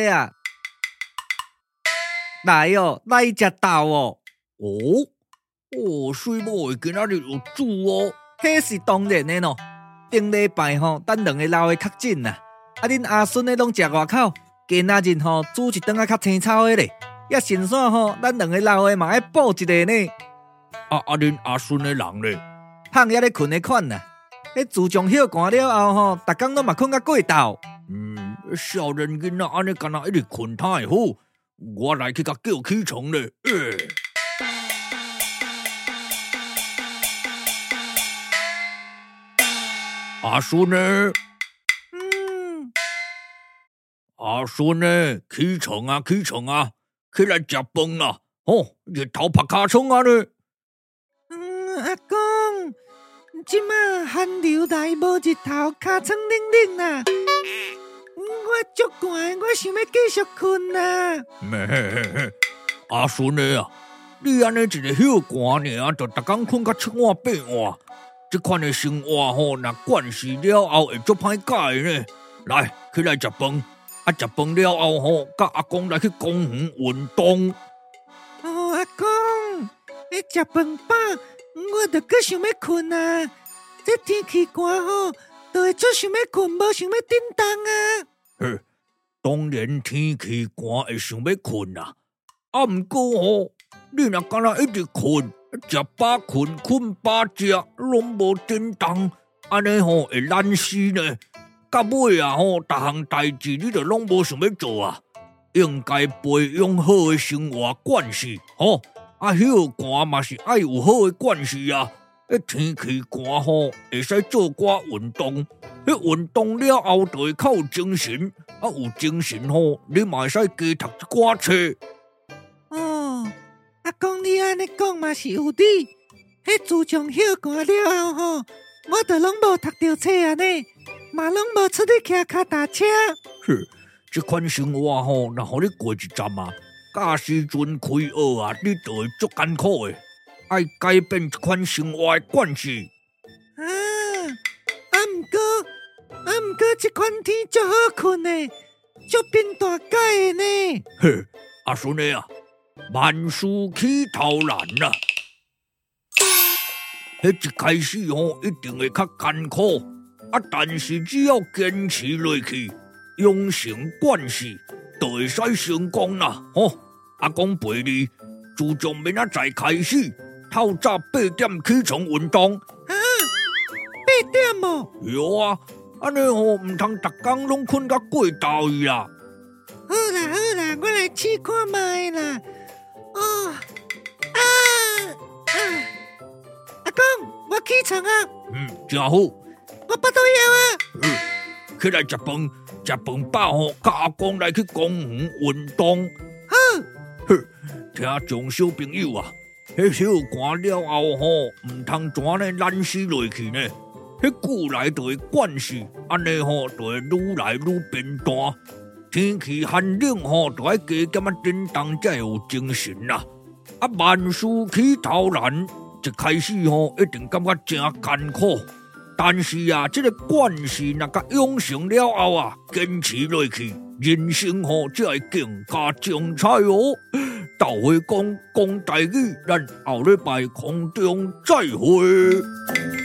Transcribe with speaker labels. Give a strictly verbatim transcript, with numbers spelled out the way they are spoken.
Speaker 1: 啊！来哦，来食豆哦！
Speaker 2: 哦哦，水某会今仔日有煮哦，
Speaker 1: 迄是当然的咯。顶礼拜吼，咱两个老的较紧啦，啊，恁阿孙的拢食外口，今仔日吼煮一顿啊较青草的咧。也先算吼，咱两个老的嘛爱补一个呢。
Speaker 2: 啊啊，恁阿孙的人咧，
Speaker 1: 胖也咧困的款啦。迄自从休寒了后吼，逐工拢嘛困到过昼。
Speaker 2: 嗯，少年囡仔安尼干那一直困太好，我来去甲叫起床咧。欸阿孙呢？
Speaker 1: 嗯，
Speaker 2: 阿孙呢？起床啊，起床啊，起来食饭啦！哦，日头拍卡窗啊呢。
Speaker 1: 嗯，阿公，即马寒流来，无日头，尻川冷冷啊。我足寒，我想要继续困啊。
Speaker 2: 咩嘿嘿嘿，阿孙呢啊？你安尼一个休寒尔，就逐工困到七晚八晚。这款的生活吼，若惯习了后会足歹改呢。来，起来食饭，啊食饭了后吼，甲阿公来去公园运动。
Speaker 1: 哦，阿公，你食饭饱，我着搁想要困啊。这天气寒吼，就会足想要困，无想要叮当啊。
Speaker 2: 嘿，当然天气寒会想要困啊，啊毋过吼，你若敢若一直困。食饱困，困饱食，拢无叮当，安尼吼会懒死呢。到尾啊吼，逐项代志你着拢无想要做啊。应该培养好的生活惯势，吼啊休寒嘛是爱有好的惯势啊。迄天气寒吼，会使做寡运动，迄运动了后就会较有精神，啊有精神吼，你嘛会使加读一寡册。
Speaker 1: 哦。阿公，你安尼讲嘛是有理。迄自从休寒了后吼，我就拢无读到册啊呢，嘛拢无出去骑脚踏车。
Speaker 2: 是，这款生活吼，若互你过一站啊，假时阵开学啊，你就会足艰苦的。爱改变这款生活的惯势。
Speaker 1: 啊，啊毋过，啊毋过，这款天足好困的，足变大改的呢。
Speaker 2: 嘿，阿孙的啊。万事起头难啊！迄一开始吼，一定会较艰苦啊，但是只要坚持落去，养成惯势，就会使成功啦！吼，阿公陪你，自从明仔载开始，透早八点起床运动。
Speaker 1: 啊，八点哦？
Speaker 2: 有啊，安尼吼唔通逐工拢困到过昼去啦。
Speaker 1: 好啦好啦，我来试看卖啦。哦，啊啊！阿公，我起床啊！
Speaker 2: 嗯，真好。
Speaker 1: 我巴肚枵啊！
Speaker 2: 嗯，起来食饭，食饭饱吼，甲阿公来去公园运动。
Speaker 1: 好。
Speaker 2: 嘿，听众小朋友啊，迄休寒了后吼，唔通怎呢懒死落去呢？迄久来就会惯势，安尼吼就会愈来愈变大。天气寒冷吼，就爱加减啊叮当，才会有精神啦。啊，万事起头难，一开始吼一定感觉真艰苦，但是啊，这个惯势若甲养成了后啊，坚持落去，人生吼才会更加精彩哦。到会讲讲台语，咱后礼拜空中再会。